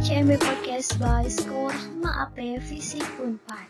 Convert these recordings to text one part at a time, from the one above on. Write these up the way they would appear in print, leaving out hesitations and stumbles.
CCMB Podcast by Skor Maape Fisik Unpad.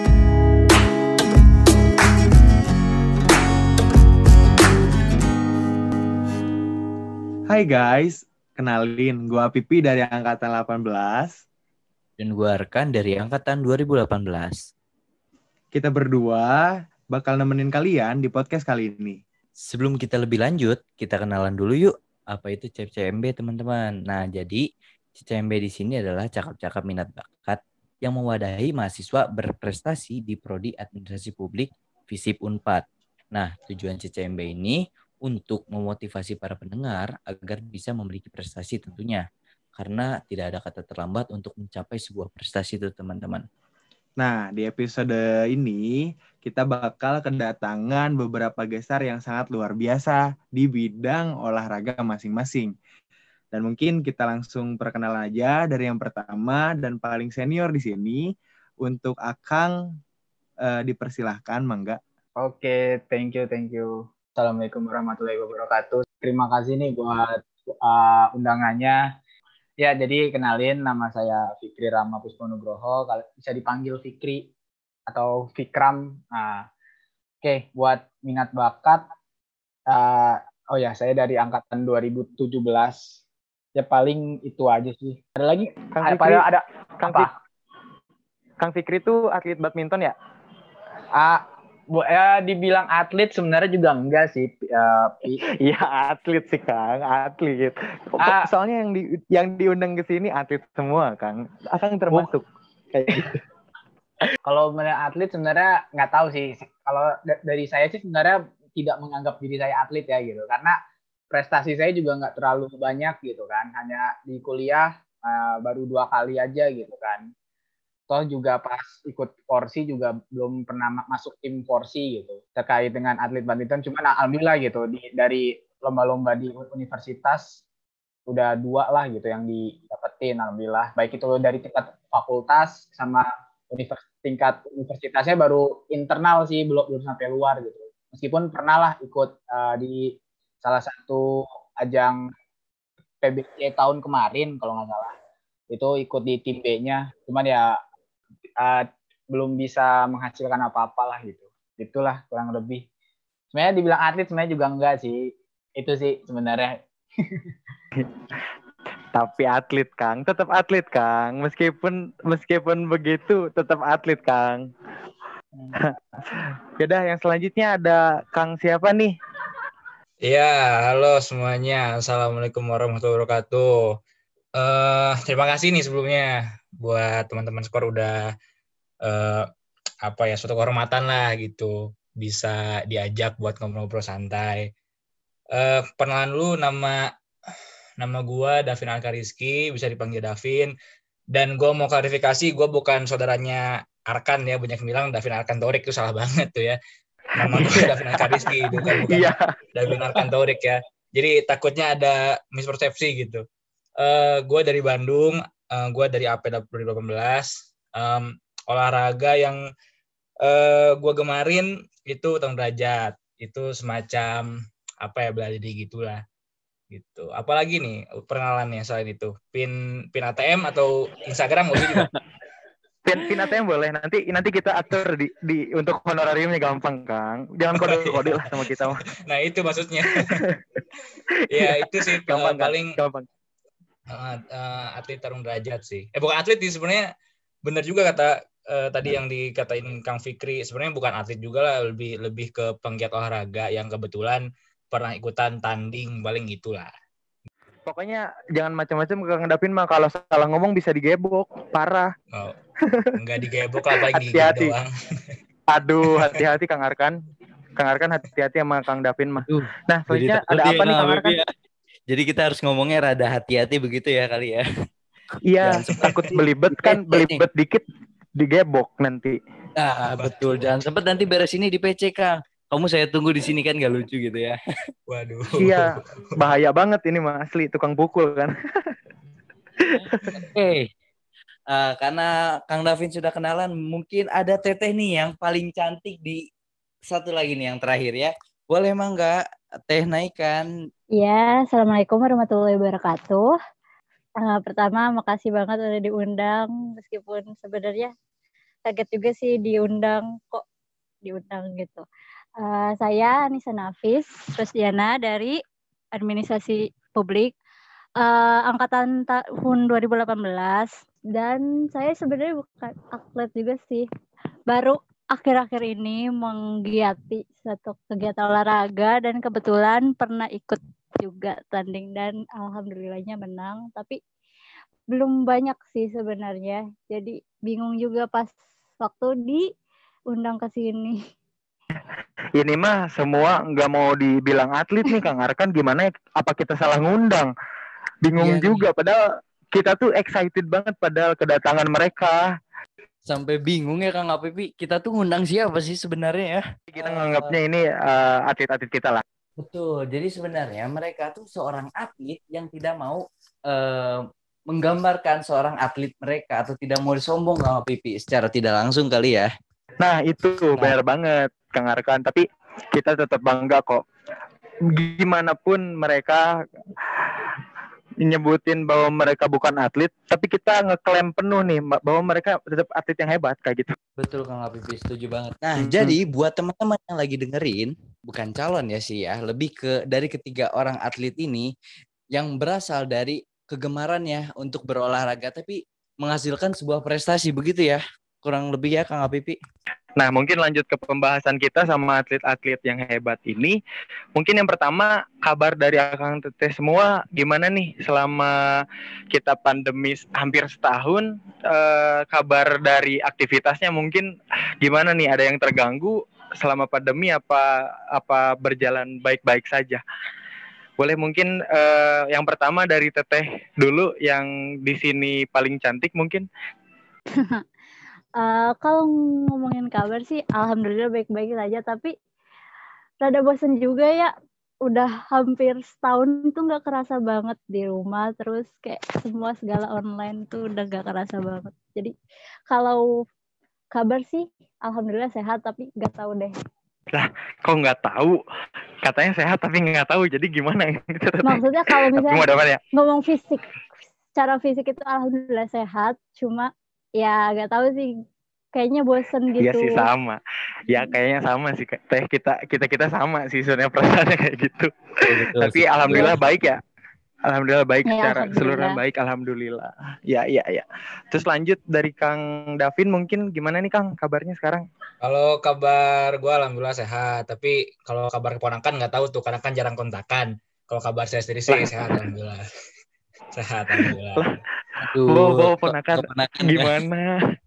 Hai guys, kenalin gua Pipi dari angkatan 18. Dan gue Arkan dari angkatan 2018. Kita berdua bakal nemenin kalian di podcast kali ini. Sebelum kita lebih lanjut, kita kenalan dulu yuk. Apa itu CCMB teman-teman? Nah, jadi CCMB di sini adalah cakap-cakap minat bakat yang mewadahi mahasiswa berprestasi di Prodi Administrasi Publik FISIP Unpad. Nah, tujuan CCMB ini untuk memotivasi para pendengar agar bisa memiliki prestasi tentunya. Karena tidak ada kata terlambat untuk mencapai sebuah prestasi itu teman-teman. Nah, di episode ini kita bakal kedatangan beberapa gestar yang sangat luar biasa di bidang olahraga masing-masing. Dan mungkin kita langsung perkenalan aja dari yang pertama dan paling senior di sini. Untuk Akang dipersilahkan, Mangga. Oke, thank you. Assalamualaikum warahmatullahi wabarakatuh. Terima kasih nih buat undangannya. Ya, jadi kenalin, nama saya Fikri Rama Pusponugroho, bisa dipanggil Fikri atau Fikram. Oke, buat minat bakat, saya dari angkatan 2017. Ya paling itu aja sih. Ada lagi? Kang Fikri tuh atlet badminton ya? Dibilang atlet sebenarnya juga enggak sih. Iya atlet sih Kang, atlet. Soalnya yang diundang ke sini atlet semua Kang. Akang termasuk kayak gitu. Kalau atlet sebenarnya nggak tahu sih. Kalau dari saya sih sebenarnya tidak menganggap diri saya atlet ya gitu. Karena prestasi saya juga nggak terlalu banyak gitu kan. Hanya di kuliah baru 2 kali aja gitu kan. Toh juga pas ikut Porsi juga belum pernah masuk tim Porsi gitu terkait dengan atlet badminton. Cuman alhamdulillah gitu dari lomba-lomba di universitas udah 2 lah gitu yang didapetin alhamdulillah. Baik itu dari tingkat fakultas sama tingkat universitasnya baru internal sih, belum sampai luar gitu. Meskipun pernah lah ikut di salah satu ajang PBC tahun kemarin kalau nggak salah. Itu ikut di tim B-nya. Cuman ya belum bisa menghasilkan apa-apa lah gitu. Itulah kurang lebih. Sebenarnya dibilang atlet sebenarnya juga enggak sih. Itu sih sebenarnya. Tapi atlet Kang, tetap atlet Kang. Meskipun begitu tetap atlet Kang. Yaudah yang selanjutnya ada Kang siapa nih? Iya, halo semuanya. Assalamualaikum warahmatullahi wabarakatuh. Terima kasih nih sebelumnya buat teman-teman Skor udah suatu kehormatan lah gitu bisa diajak buat ngobrol-ngobrol santai. Perkenalan dulu, nama gue Davin Alkariski, bisa dipanggil Davin. Dan gue mau klarifikasi, gue bukan saudaranya Arkan ya, banyak yang bilang Davin Arkan Torik itu salah banget tuh ya. Nama gue Davin Alkariski, bukan Davin Arkan Torik ya. Jadi takutnya ada mispersepsi gitu. Gue dari Bandung, gue dari AP 2018. Olahraga yang gue gemarin itu hitung derajat. Itu semacam bela diri gitulah. Gitu. Apalagi nih perkenalannya selain itu? Pin ATM atau Instagram nggak juga? Pin ATM boleh. Nanti kita atur di untuk honorariumnya gampang Kang. Jangan kode-kode lah sama kita. Nah itu maksudnya. Ya itu sih paling gampang. Atlet tarung derajat sih. Bukan atlet sih sebenarnya. Benar juga kata tadi yang dikatain Kang Fikri. Sebenarnya bukan atlet juga lah, lebih ke penggiat olahraga yang kebetulan pernah ikutan tanding paling gitulah. Pokoknya jangan macam-macam Kang Davin mah, kalau salah ngomong bisa digebok, parah. Oh, enggak digebok lah, paling hati-hati doang. Aduh, hati-hati Kang Arkan. Kang Arkan hati-hati sama Kang Davin mah. Nah, selanjutnya ada apa nih Kang Arkan? Ya. Jadi kita harus ngomongnya rada hati-hati begitu ya kali ya. Iya, takut belibet dikit digebok nanti. Betul, jangan sempat nanti beres ini di PC Kang. Kamu saya tunggu di sini kan nggak lucu gitu ya. Waduh. Iya, bahaya banget ini mah asli tukang pukul kan. Oke. Karena Kang Davin sudah kenalan, mungkin ada Teteh nih yang paling cantik di satu lagi nih yang terakhir ya. Boleh emang nggak Teh naikkan? Ya, Assalamualaikum warahmatullahi wabarakatuh. Pertama, makasih banget udah diundang, meskipun sebenarnya kaget juga sih kok diundang gitu. Saya Anissa Nafis Rusdiana dari Administrasi Publik, angkatan tahun 2018, dan saya sebenarnya bukan atlet juga sih. Baru akhir-akhir ini menggiati satu kegiatan olahraga dan kebetulan pernah ikut juga tanding dan alhamdulillahnya menang, tapi belum banyak sih sebenarnya. Jadi bingung juga pas waktu diundang ke sini. Ini mah semua nggak mau dibilang atlet nih Kang Arkan, gimana ya? Apa kita salah ngundang? Bingung Iya juga, padahal kita tuh excited banget padahal kedatangan mereka. Sampai bingung ya Kang Apipi, kita tuh ngundang siapa sih sebenarnya ya? Kita nganggapnya ini atlet-atlet kita lah. Betul, jadi sebenarnya mereka tuh seorang atlet yang tidak mau menggambarkan seorang atlet mereka atau tidak mau disombong Kang Apipi secara tidak langsung kali ya. Nah itu benar banget Kang Arkan, tapi kita tetap bangga kok. Gimana pun mereka nyebutin bahwa mereka bukan atlet, tapi kita ngeklaim penuh nih bahwa mereka tetap atlet yang hebat kayak gitu. Betul Kang Apipi, setuju banget. Nah, jadi buat teman-teman yang lagi dengerin, bukan calon ya sih ya, lebih ke dari ketiga orang atlet ini yang berasal dari kegemarannya untuk berolahraga tapi menghasilkan sebuah prestasi, begitu ya? Kurang lebih ya Kang Apipi. Nah, mungkin lanjut ke pembahasan kita sama atlet-atlet yang hebat ini. Mungkin yang pertama, kabar dari Akang Teteh semua gimana nih selama kita pandemi hampir setahun, kabar dari aktivitasnya mungkin gimana nih? Ada yang terganggu selama pandemi apa berjalan baik-baik saja? Boleh mungkin yang pertama dari Teteh dulu yang di sini paling cantik mungkin. Kalau ngomongin kabar sih alhamdulillah baik-baik saja, tapi rada bosen juga ya. Udah hampir setahun tuh nggak kerasa banget di rumah, terus kayak semua segala online tuh udah nggak kerasa banget. Jadi kalau kabar sih alhamdulillah sehat, tapi nggak tahu deh. Lah, kok nggak tahu? Katanya sehat tapi nggak tahu. Jadi gimana ya? Maksudnya kalau misalnya ya? ngomong fisik, secara fisik itu alhamdulillah sehat, cuma ya nggak tahu sih, kayaknya bosen gitu. Iya sih sama. Ya kayaknya sama sih. Teh kita sama sih sebenarnya perasaannya kayak gitu. Betul, tapi alhamdulillah baik ya. Alhamdulillah baik ya, secara keseluruhan baik, alhamdulillah. Ya. Terus lanjut dari Kang Davin, mungkin gimana nih Kang kabarnya sekarang? Kalau kabar gue alhamdulillah sehat, tapi kalau kabar keponakan nggak tahu tuh karena kan jarang kontakan. Kalau kabar saya sendiri sih sehat alhamdulillah. Sehat alhamdulillah. Bawa ponakan gimana?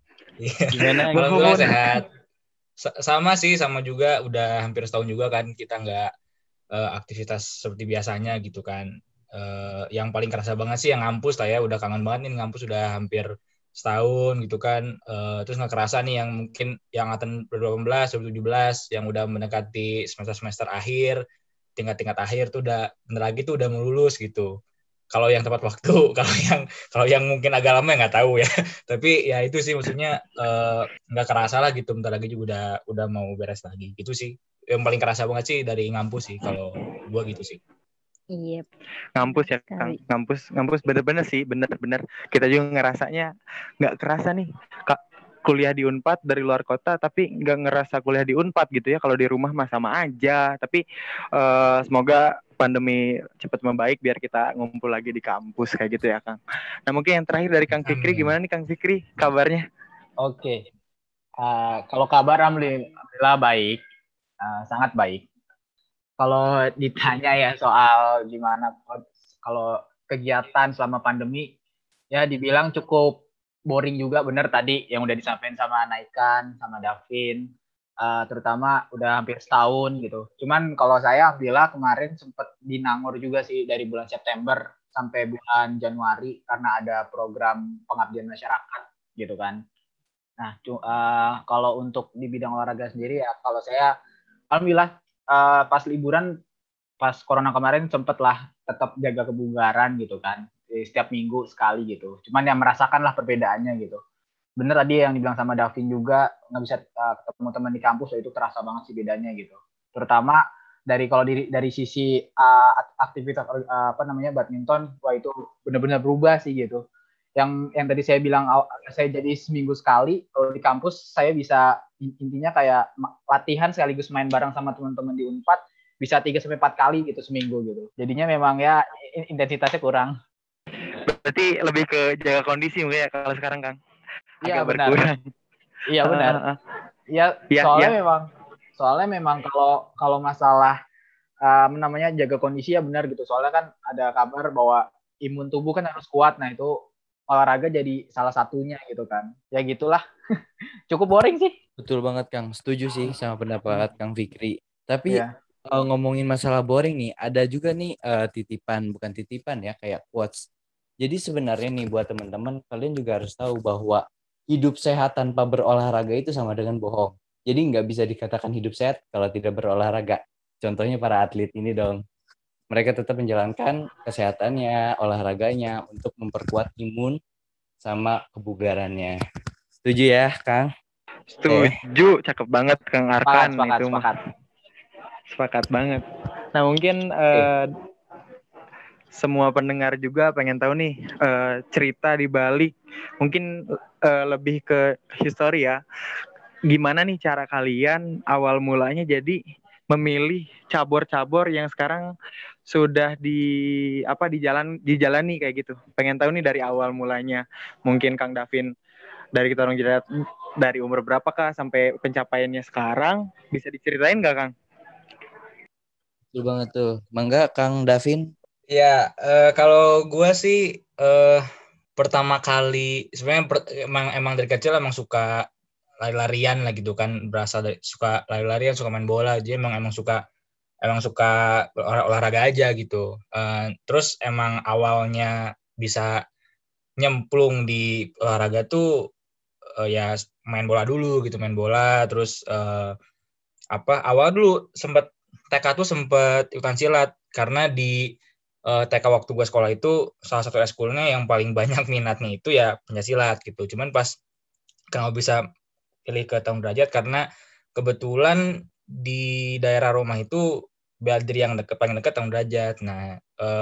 Gimana? Alhamdulillah sehat. Sama sih, sama juga udah hampir setahun juga kan kita nggak aktivitas seperti biasanya gitu kan. Yang paling kerasa banget sih yang ngampus lah ya, udah kangen banget nih ngampus udah hampir setahun gitu kan. Terus nggak kerasa nih yang mungkin yang angkatan 2018, 2017 yang udah mendekati semester akhir, tingkat akhir tuh udah bentar lagi tuh udah mau lulus gitu. Kalau yang tepat waktu, kalau yang mungkin agak lama nggak tahu ya. Tapi ya itu sih maksudnya nggak kerasa lah gitu, bentar lagi juga udah mau beres lagi gitu sih. Yang paling kerasa banget sih dari ngampus sih kalau gua gitu sih. Iya. Ngampus ya, Kang. Ngampus bener-bener sih, bener-bener. Kita juga ngerasanya nggak kerasa nih, kuliah di Unpad dari luar kota, tapi nggak ngerasa kuliah di Unpad gitu ya. Kalau di rumah mah sama aja. Tapi semoga pandemi cepat membaik biar kita ngumpul lagi di kampus kayak gitu ya, Kang. Nah mungkin yang terakhir dari Kang Fikri, gimana nih Kang Fikri kabarnya? Oke. Kalau kabar alhamdulillah baik, sangat baik. Kalau ditanya ya soal gimana kalau kegiatan selama pandemi, ya dibilang cukup boring juga, bener tadi yang udah disampaikan sama Naikan, sama Davin, terutama udah hampir setahun gitu. Cuman kalau saya alhamdulillah kemarin sempat dinangor juga sih dari bulan September sampai bulan Januari karena ada program pengabdian masyarakat gitu kan. Nah, kalau untuk di bidang olahraga sendiri ya kalau saya alhamdulillah pas liburan, pas corona kemarin sempet lah tetap jaga kebugaran gitu kan, setiap minggu sekali gitu. Cuman yang merasakan lah perbedaannya gitu. Bener tadi yang dibilang sama Davin juga, nggak bisa ketemu teman di kampus, itu terasa banget sih bedanya gitu. Terutama Kalau dari sisi aktivitas badminton, wah itu benar-benar berubah sih gitu. Yang tadi saya bilang, saya jadi seminggu sekali kalau di kampus, saya bisa intinya kayak latihan sekaligus main bareng sama teman-teman di Unpad bisa 3-4 kali gitu seminggu gitu. Jadinya memang ya intensitasnya kurang. Berarti lebih ke jaga kondisi mungkin ya kalau sekarang, Kang. Iya, Agak benar. berkurang. Iya benar. Iya, soalnya memang kalau masalah jaga kondisi ya benar gitu. Soalnya kan ada kabar bahwa imun tubuh kan harus kuat. Nah, itu olahraga jadi salah satunya gitu kan. Ya gitulah. Cukup boring sih. Betul banget Kang, setuju sih sama pendapat Kang Fikri. Tapi Iya. ngomongin masalah boring nih, ada juga nih bukan titipan ya, kayak quotes. Jadi sebenarnya nih buat teman-teman, kalian juga harus tahu bahwa hidup sehat tanpa berolahraga itu sama dengan bohong. Jadi nggak bisa dikatakan hidup sehat kalau tidak berolahraga. Contohnya para atlet ini dong. Mereka tetap menjalankan kesehatannya, olahraganya untuk memperkuat imun sama kebugarannya. Setuju ya, Kang? Setuju, cakep banget Kang Arkan. Sepakat banget. Nah, mungkin semua pendengar juga pengen tahu nih cerita di balik, mungkin lebih ke histori ya. Gimana nih cara kalian awal mulanya jadi memilih cabur-cabur yang sekarang sudah dijalani kayak gitu. Pengen tahu nih dari awal mulanya. Mungkin Kang Davin dari kita orang jelas dari umur berapakah sampai pencapaiannya sekarang, bisa diceritain nggak Kang? Betul banget tuh. Mangga Kang Davin. Ya, kalau gue sih pertama kali sebenarnya emang dari kecil emang suka lari-larian lah gitu kan, suka lari-larian, suka main bola, jadi emang suka olahraga aja gitu. Terus emang awalnya bisa nyemplung di olahraga tuh ya main bola dulu gitu, terus awal dulu sempet TK tuh sempet ikutan silat karena di TK waktu gue sekolah itu salah satu eskulnya yang paling banyak minatnya itu ya pencaksilat gitu. Cuman pas kenapa bisa pilih ke Tarung Derajat karena kebetulan di daerah rumah itu bela diri yang paling dekat Tarung Derajat. Nah,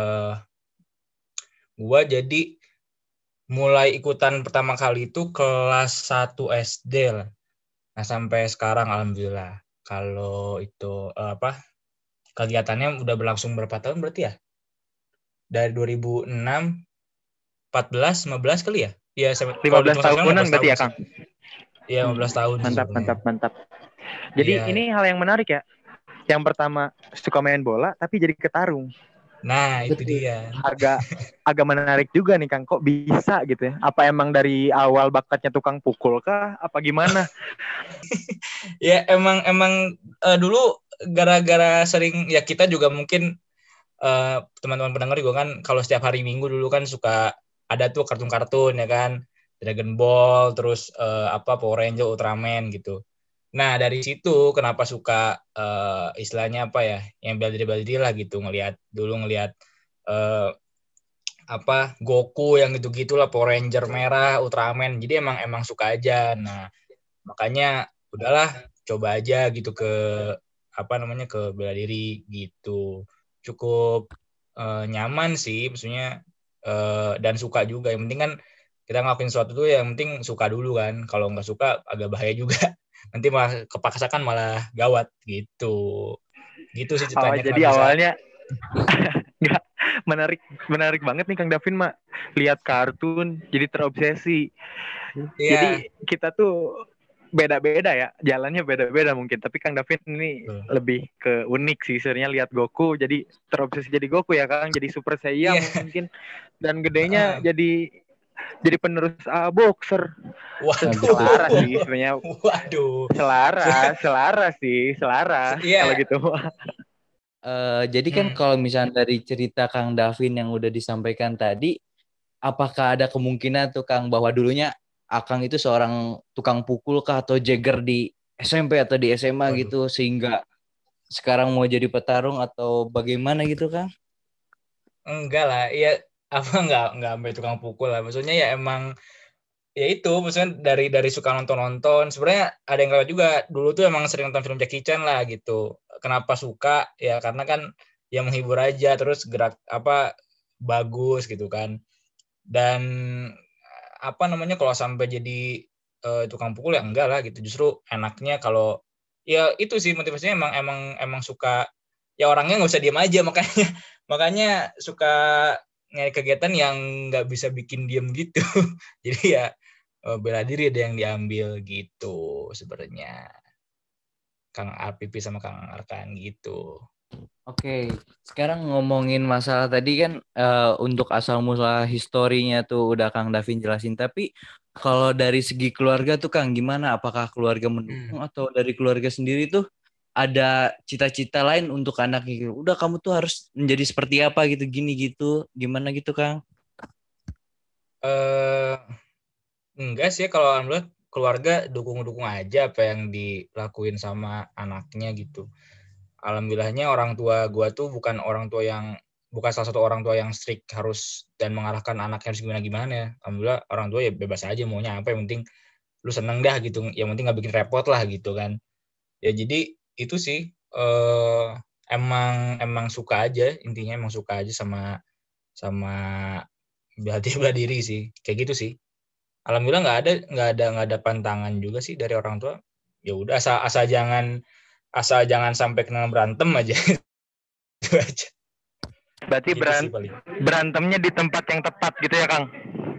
gue jadi mulai ikutan pertama kali itu kelas 1 SD lah. Nah, sampai sekarang alhamdulillah. Kalau itu kegiatannya udah berlangsung berapa tahun berarti ya? Dari 2006, 14, 15 kali ya? Iya, 15 tahunan berarti ya, Kang? Iya, 15 tahun. Mantap. Jadi ini hal yang menarik ya. Yang pertama suka main bola tapi jadi ketarung. Nah, itu dia. Agak menarik juga nih Kang, kok bisa gitu ya? Apa emang dari awal bakatnya tukang pukul kah? Apa gimana? Ya emang dulu gara-gara sering ya, kita juga mungkin teman-teman pendengar juga kan kalau setiap hari Minggu dulu kan suka ada tuh kartun-kartun ya kan, Dragon Ball, terus Power Ranger, Ultraman gitu. Nah dari situ kenapa suka istilahnya yang bela diri lah gitu, ngelihat Goku yang gitu-gitulah, Power Ranger merah, Ultraman, jadi emang suka aja. Nah makanya udahlah coba aja gitu ke bela diri gitu. Cukup nyaman sih maksudnya, dan suka juga. Yang penting kan kita ngelakuin sesuatu tuh yang penting suka dulu kan. Kalau nggak suka agak bahaya juga. Nanti malah kepaksakan malah gawat gitu sih ceritanya. Jadi awalnya nggak menarik banget nih Kang Davin mak, lihat kartun jadi terobsesi. Jadi kita tuh beda-beda ya, jalannya beda-beda mungkin, tapi Kang Davin ini lebih ke unik sih sebenarnya, lihat Goku jadi terobsesi jadi Goku ya Kang, jadi Super Saiyan mungkin, dan gedenya jadi penerus boxer. Waduh. Selaras sih sebenarnya. Waduh. Selaras kalau gitu. Jadi kan kalau misalnya dari cerita Kang Davin yang udah disampaikan tadi, apakah ada kemungkinan tuh Kang bahwa dulunya Akang itu seorang tukang pukul kah atau jagger di SMP atau di SMA gitu, sehingga sekarang mau jadi petarung atau bagaimana gitu Kang? Enggak lah, ya enggak sampai tukang pukul lah. Maksudnya ya emang ya itu, maksudnya dari suka nonton. Sebenarnya ada yang lewat juga. Dulu tuh emang sering nonton film Jackie Chan lah gitu. kenapa suka ya karena kan yang menghibur aja, terus gerak apa bagus gitu kan. Dan apa namanya kalau sampai jadi tukang pukul ya enggak lah gitu. Justru enaknya kalau ya itu sih motivasinya emang suka ya orangnya nggak usah diem aja, makanya suka nyari kegiatan yang nggak bisa bikin diem gitu. Jadi ya bela diri ada yang diambil gitu sebenarnya. Kang Arpipi sama Kang Arkan gitu. Oke, sekarang ngomongin masalah tadi kan untuk asal mula historinya tuh udah Kang Davin jelasin. Tapi kalau dari segi keluarga tuh Kang gimana? Apakah keluarga mendukung atau dari keluarga sendiri tuh ada cita-cita lain untuk anaknya gitu? Udah kamu tuh harus menjadi seperti apa gitu, gini gitu, gimana gitu Kang? Enggak sih kalau alhamdulillah keluarga dukung-dukung aja apa yang dilakuin sama anaknya gitu. Alhamdulillahnya orang tua gua tuh bukan salah satu orang tua yang strict harus dan mengarahkan anaknya harus gimana ya. Alhamdulillah orang tua ya bebas aja maunya apa, yang penting lu seneng dah gitu, yang penting nggak bikin repot lah gitu kan. Ya jadi itu sih emang suka aja, intinya emang suka aja sama bela diri sih, kayak gitu sih. Alhamdulillah nggak ada pantangan juga sih dari orang tua. Ya udah asal jangan sampai kena berantem aja. Itu aja. Berarti Gitu sih paling. berantemnya di tempat yang tepat gitu ya Kang?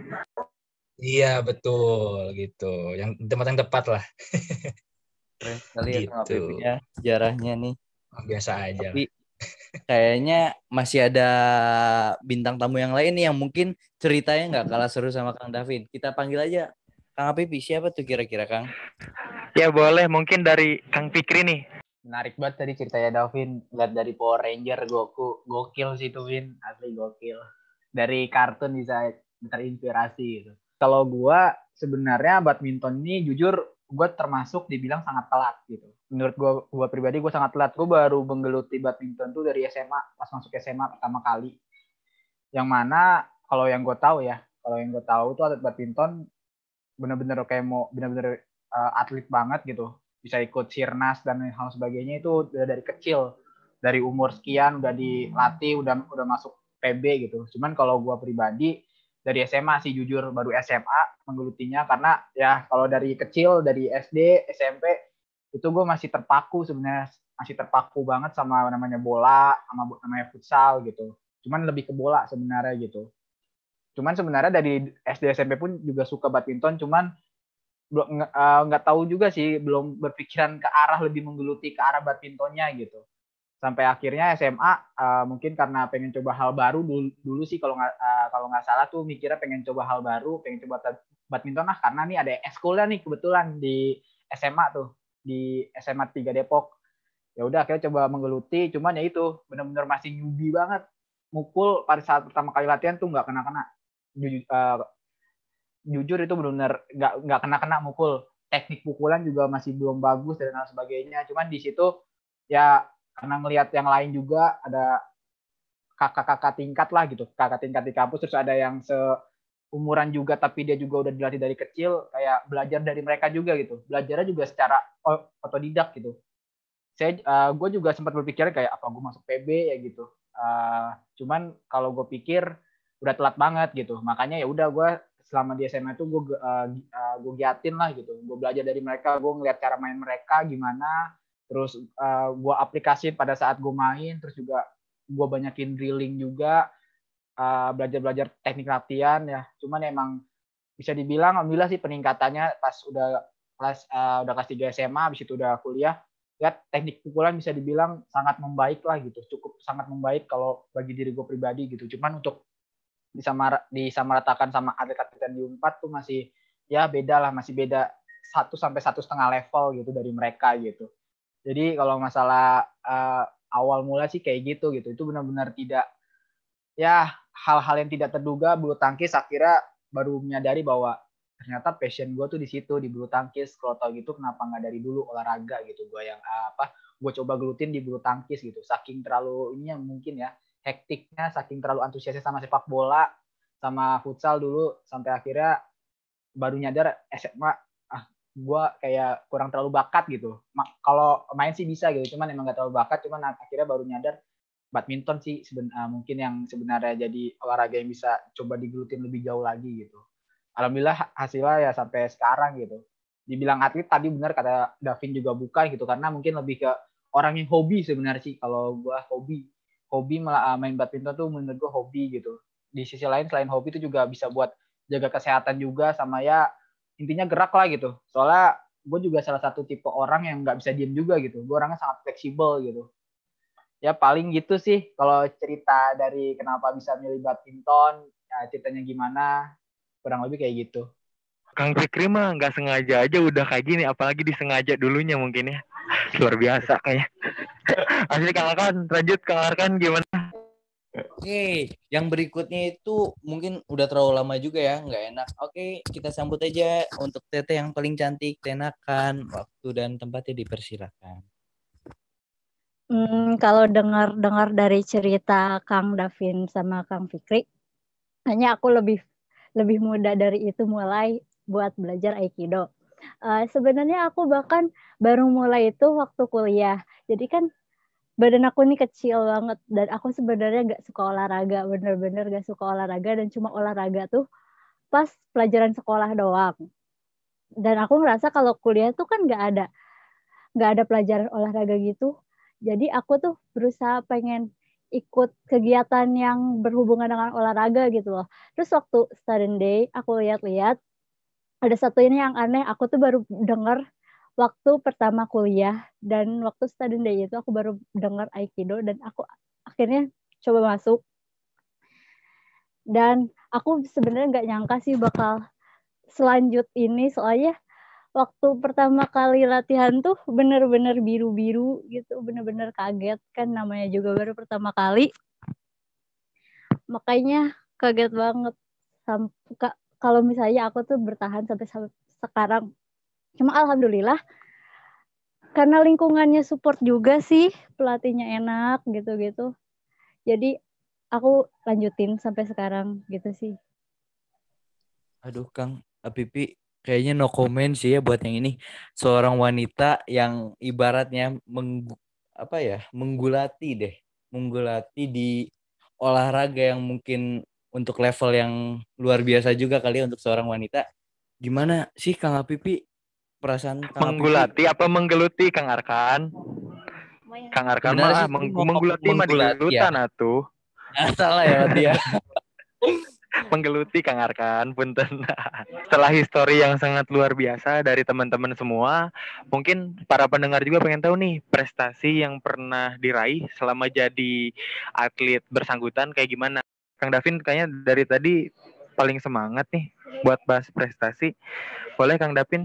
Iya betul gitu, yang di tempat yang tepat lah. Keren sekali ya Kang Gitu. Apipi ya, sejarahnya nih. Biasa aja. Tapi kayaknya masih ada bintang tamu yang lain nih yang mungkin ceritanya nggak kalah seru sama Kang Davin. Kita panggil aja Kang Apipi, siapa tuh kira-kira Kang? Ya boleh, mungkin dari Kang Fikri nih. Menarik banget tadi ceritanya Davin. Lihat dari Power Ranger, gokil sih itu Vin, asli gokil. Dari kartun bisa terinspirasi gitu. Kalau gue sebenarnya badminton ini jujur gue termasuk dibilang sangat telat gitu. Menurut gue pribadi gue sangat telat. Gue baru menggeluti badminton tuh dari SMA, pas masuk SMA pertama kali. Yang mana kalau yang gue tahu tuh atlet badminton bener-bener kayak mau bener-bener atlet banget gitu. Bisa ikut sirnas dan hal sebagainya itu udah dari kecil. Dari umur sekian udah dilatih, udah masuk PB gitu. Cuman kalau gue pribadi dari SMA sih jujur, baru SMA menggelutinya karena ya kalau dari kecil, dari SD, SMP itu gue masih terpaku sebenarnya, masih terpaku banget sama namanya bola, sama namanya futsal gitu. Cuman lebih ke bola sebenarnya gitu. Cuman sebenarnya dari SD SMP pun juga suka badminton, cuman nggak tahu juga sih, belum berpikiran ke arah lebih menggeluti ke arah badmintonnya gitu. Sampai akhirnya SMA mungkin karena pengen coba hal baru dulu sih kalau nggak salah tuh mikirnya pengen coba hal baru, pengen coba badminton lah karena nih ada eskulnya nih kebetulan di SMA tuh, di SMA 3 Depok. Ya udah akhirnya coba menggeluti, cuman ya itu benar-benar masih newbie banget. Mukul pada saat pertama kali latihan tuh nggak kena-kena. Jujur itu benar-benar nggak kena-kena mukul. Teknik pukulan juga masih belum bagus dan hal sebagainya. Cuman di situ ya karena ngelihat yang lain juga ada kakak-kakak tingkat lah gitu, kakak tingkat di kampus, terus ada yang seumuran juga tapi dia juga udah dilatih dari kecil, kayak belajar dari mereka juga gitu, belajarnya juga secara otodidak gitu. Gue juga sempat berpikir kayak apa gue masuk PB ya gitu, cuman kalau gue pikir udah telat banget gitu, makanya ya udah gue selama di SMA itu gue giatin lah gitu, gue belajar dari mereka, gue ngeliat cara main mereka gimana. Terus gue aplikasi pada saat gue main, terus juga gue banyakin drilling juga, belajar teknik latihan ya. Cuman emang bisa dibilang alhamdulillah sih peningkatannya pas udah kelas 3 SMA, habis itu udah kuliah, ya teknik pukulan bisa dibilang sangat membaik lah gitu, cukup sangat membaik kalau bagi diri gue pribadi gitu. Cuman untuk disamaratakan sama atlet-atlet yang di U4 tuh masih ya beda lah, masih beda 1 sampai 1,5 level gitu dari mereka gitu. Jadi kalau masalah awal mula sih kayak gitu. Itu benar-benar tidak, ya hal-hal yang tidak terduga bulu tangkis, akhirnya baru menyadari bahwa ternyata passion gue tuh di situ, di bulu tangkis. Kalau tau gitu kenapa nggak dari dulu olahraga gitu, gue yang gue coba gelutin di bulu tangkis gitu. Saking terlalu ini yang mungkin ya hektiknya, saking terlalu antusiasnya sama sepak bola, sama futsal dulu, sampai akhirnya baru nyadar SMA gue kayak kurang terlalu bakat gitu. Kalau main sih bisa gitu, cuman emang gak terlalu bakat. Cuman akhirnya baru nyadar badminton sih mungkin yang sebenarnya jadi olahraga yang bisa coba digelutin lebih jauh lagi gitu. Alhamdulillah hasilnya ya sampai sekarang gitu. Dibilang atlet tadi benar kata Davin juga bukan gitu, karena mungkin lebih ke orang yang hobi sebenarnya sih. Kalau gue hobi main badminton tuh menurut gue hobi gitu. Di sisi lain selain hobi itu juga bisa buat jaga kesehatan juga, sama ya intinya gerak lah gitu. Soalnya gue juga salah satu tipe orang yang nggak bisa diem juga gitu. Gue orangnya sangat fleksibel gitu. Ya paling gitu sih kalau cerita dari kenapa bisa milih badminton, ya ceritanya gimana, kurang lebih kayak gitu. Kang Fikri mah nggak sengaja aja udah kayak gini, apalagi disengaja dulunya mungkin ya. Luar biasa kayaknya. Asli Kang Arkan, lanjut Kang Arkan gimana? Oke, yang berikutnya itu mungkin udah terlalu lama juga ya, nggak enak. Oke, kita sambut aja untuk Teteh yang paling cantik, Tenakan. Waktu dan tempatnya dipersilakan. Kalau dengar dari cerita Kang Davin sama Kang Fikri, hanya aku lebih muda dari itu mulai buat belajar Aikido. Sebenarnya aku bahkan baru mulai itu waktu kuliah. Jadi kan badan aku ini kecil banget dan aku sebenarnya gak suka olahraga, bener-bener gak suka olahraga, dan cuma olahraga tuh pas pelajaran sekolah doang. Dan aku ngerasa kalau kuliah tuh kan gak ada pelajaran olahraga gitu. Jadi aku tuh berusaha pengen ikut kegiatan yang berhubungan dengan olahraga gitu loh. Terus waktu student day aku lihat-lihat ada satu ini yang aneh, aku tuh baru dengar waktu pertama kuliah, dan waktu student day itu aku baru dengar Aikido dan aku akhirnya coba masuk. Dan aku sebenarnya nggak nyangka sih bakal selanjut ini, soalnya waktu pertama kali latihan tuh bener-bener biru-biru gitu, bener-bener kaget kan, namanya juga baru pertama kali. Makanya kaget banget kalau misalnya aku tuh bertahan sampai sekarang. Cuma alhamdulillah karena lingkungannya support juga sih, pelatihnya enak gitu-gitu. Jadi aku lanjutin sampai sekarang gitu sih. Aduh Kang Apipi, kayaknya no comment sih ya buat yang ini. Seorang wanita yang ibaratnya menggulati di olahraga yang mungkin untuk level yang luar biasa juga kali ya untuk seorang wanita. Gimana sih Kang Apipi, perasaan Kang Menggulati Apipi? apa menggeluti Kang Arkan? Kang Arkan Sebenarnya mah sih menggulati mah digelutan ya. atuh. Salah ya dia. Menggeluti Kang Arkan, punten. Setelah histori yang sangat luar biasa dari teman-teman semua, mungkin para pendengar juga pengen tahu nih prestasi yang pernah diraih selama jadi atlet bersangkutan kayak gimana. Kang Davin kayaknya dari tadi paling semangat nih buat bahas prestasi. Boleh Kang Davin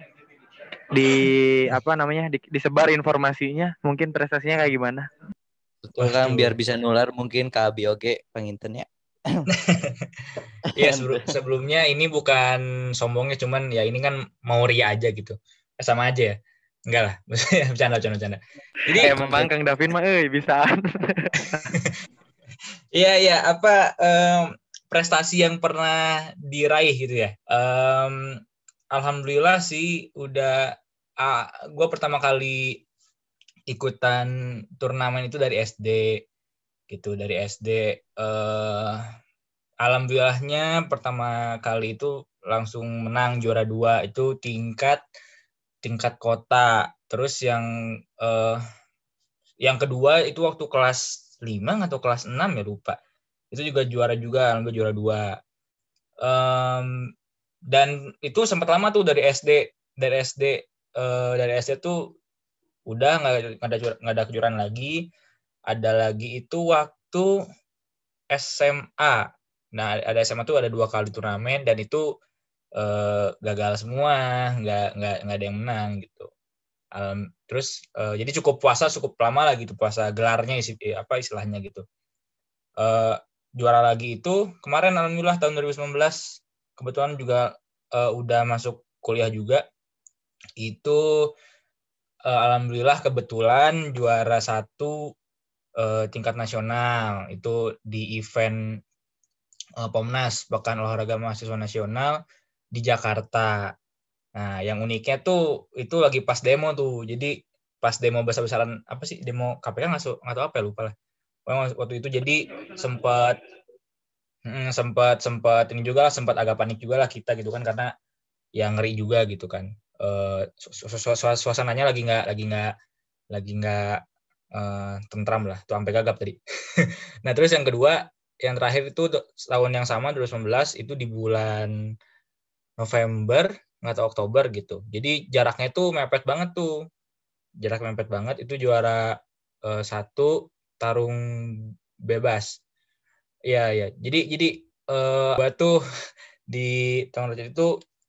disebar informasinya, mungkin prestasinya kayak gimana? Betul Kang, biar bisa nular mungkin ke ABOG penginten ya. Ya sebelumnya ini bukan sombongnya, cuman ya ini kan mau ria aja gitu. Sama aja ya. Enggak lah, bercanda. Jadi memang Kang Davin mah bisa. Iya, prestasi yang pernah diraih gitu ya. Alhamdulillah sih udah gue pertama kali ikutan turnamen itu dari SD gitu, dari SD. Alhamdulillahnya pertama kali itu langsung menang juara 2 itu tingkat kota. Terus yang kedua itu waktu kelas 5 atau kelas 6 ya lupa. Itu juga juara juga, alhamdulillah juara 2. Dan itu sempat lama tuh dari SD tuh udah nggak ada kejuaraan lagi. Ada lagi itu waktu SMA. Nah, ada SMA tuh ada 2 kali turnamen dan itu gagal semua, nggak ada yang menang gitu. Terus jadi cukup lama lah gitu puasa gelarnya istilahnya gitu. Juara lagi itu kemarin alhamdulillah tahun 2019 kebetulan juga udah masuk kuliah juga. Itu alhamdulillah kebetulan juara 1 tingkat nasional itu di event Pomnas, Pekan Olahraga Mahasiswa Nasional di Jakarta. Nah, yang uniknya tuh itu lagi pas demo tuh. Jadi pas demo besar-besaran apa sih? Demo KPK nggak tahu apa ya, lupa lah. Waktu itu jadi sempat sempat ini juga lah, sempat agak panik juga lah kita gitu kan, karena yang ngeri juga gitu kan. Suasananya lagi nggak tentram lah, tuh sampai gagap tadi. Nah, terus yang kedua, yang terakhir itu tahun yang sama 2019 itu di bulan November atau Oktober gitu. Jadi jaraknya tuh mepet banget tuh. Jarak mepet banget, itu juara 1 tarung bebas. Iya. Jadi tuh di tahun Rajat itu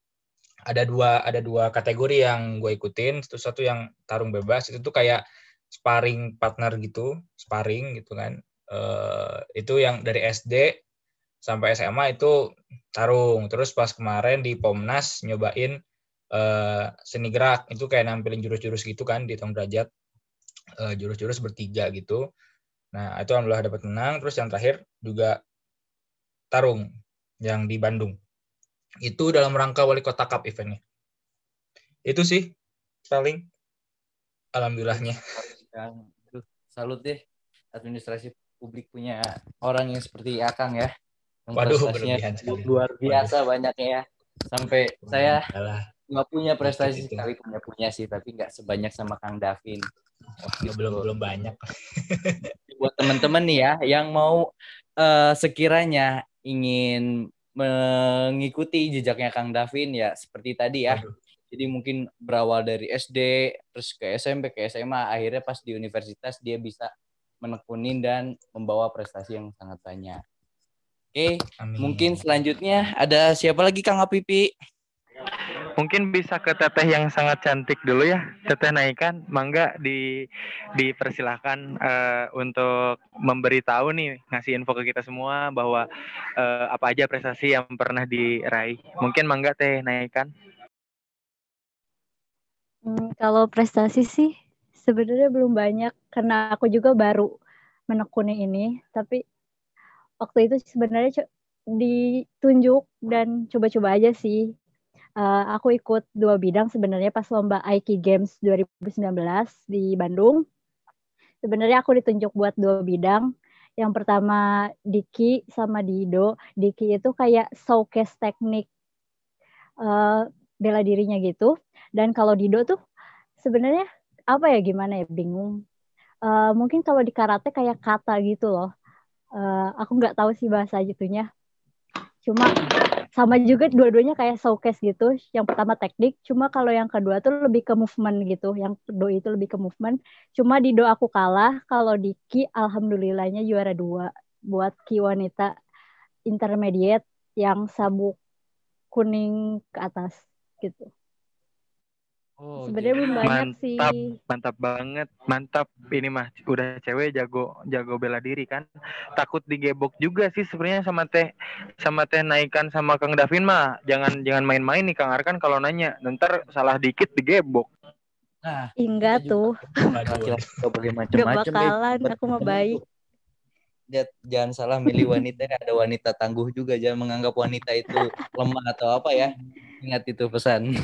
ada dua kategori yang gue ikutin. Satu yang tarung bebas, itu tuh kayak sparring partner gitu, sparring gitu kan. Itu yang dari SD sampai SMA itu tarung. Terus pas kemarin di Pomnas nyobain seni gerak, itu kayak nampilin jurus-jurus gitu kan di tahun derajat, jurus-jurus bertiga gitu. Nah, itu alhamdulillah dapat menang. Terus yang terakhir juga tarung yang di Bandung. Itu dalam rangka Wali Kota Cup eventnya. Itu sih paling alhamdulillahnya. Salut deh administrasi publik punya orang yang seperti Akang ya. Yang Waduh, prestasinya berlebihan sekali. luar biasa banyaknya ya. Sampai saya Adalah. nggak punya prestasi Dikit itu. sekali, punya sih, tapi nggak sebanyak sama Kang Davin. Belum banyak. Buat teman-teman nih ya yang mau sekiranya ingin mengikuti jejaknya Kang Davin ya seperti tadi ya. Waduh. Jadi mungkin berawal dari SD terus ke SMP ke SMA, akhirnya pas di universitas dia bisa menekunin dan membawa prestasi yang sangat banyak. Oke, Amin. mungkin selanjutnya ada siapa lagi Kang Apipi? Mungkin bisa ke teteh yang sangat cantik dulu ya, teteh Naikan. Mangga dipersilahkan untuk memberitahu nih, ngasih info ke kita semua bahwa apa aja prestasi yang pernah diraih. Mungkin mangga teh Naikan. Kalau prestasi sih sebenarnya belum banyak karena aku juga baru menekuni ini, tapi waktu itu sebenarnya ditunjuk dan coba-coba aja sih. Aku ikut 2 bidang sebenarnya pas lomba Aiki Games 2019 di Bandung. Sebenarnya aku ditunjuk buat 2 bidang. Yang pertama Diki sama Dido. Diki itu kayak showcase teknik bela dirinya gitu. Dan kalau Dido tuh sebenarnya apa ya, gimana ya, bingung. Mungkin kalau di karate kayak kata gitu loh. Aku nggak tahu sih bahasa gitunya. Cuma sama juga dua-duanya kayak showcase gitu. Yang pertama teknik, cuma kalau yang kedua tuh lebih ke movement gitu. Yang kedua itu lebih ke movement. Cuma di do aku kalah. Kalau di ki alhamdulillahnya juara 2 buat ki wanita intermediate yang sabuk kuning ke atas gitu. Oh, sebenarnya belum banyak sih. Mantap banget. Mantap, ini mah udah cewek jago bela diri kan. Takut digebok juga sih sebenarnya sama teh Naikan sama Kang Davin mah. Jangan main-main nih Kang Arkan kalau nanya. Ntar salah dikit digebok. Nah, enggak tuh. Laki-laki gak boleh Gak macam-macam. bakalan, aku mah baik. Jangan salah milih wanita, ada wanita tangguh juga, jangan menganggap wanita itu lemah atau apa ya. Ingat itu pesan.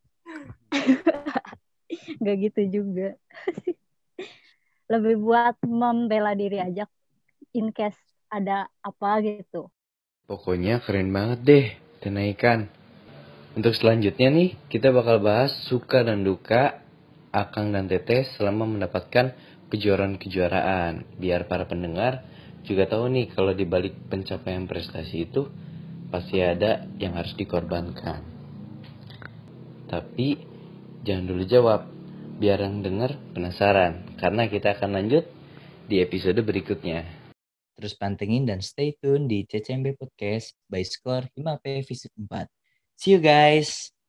Gak gitu juga. Lebih buat membela diri aja in case ada apa gitu. Pokoknya keren banget deh, Teh Naikan. Untuk selanjutnya nih, kita bakal bahas suka dan duka Akang dan Teteh selama mendapatkan kejuaraan-kejuaraan. Biar para pendengar juga tahu nih kalau di balik pencapaian prestasi itu pasti ada yang harus dikorbankan. Tapi jangan dulu jawab, biar yang dengar penasaran. Karena kita akan lanjut di episode berikutnya. Terus pantengin dan stay tune di CCMB Podcast by Skor Hima P Visip 4. See you guys!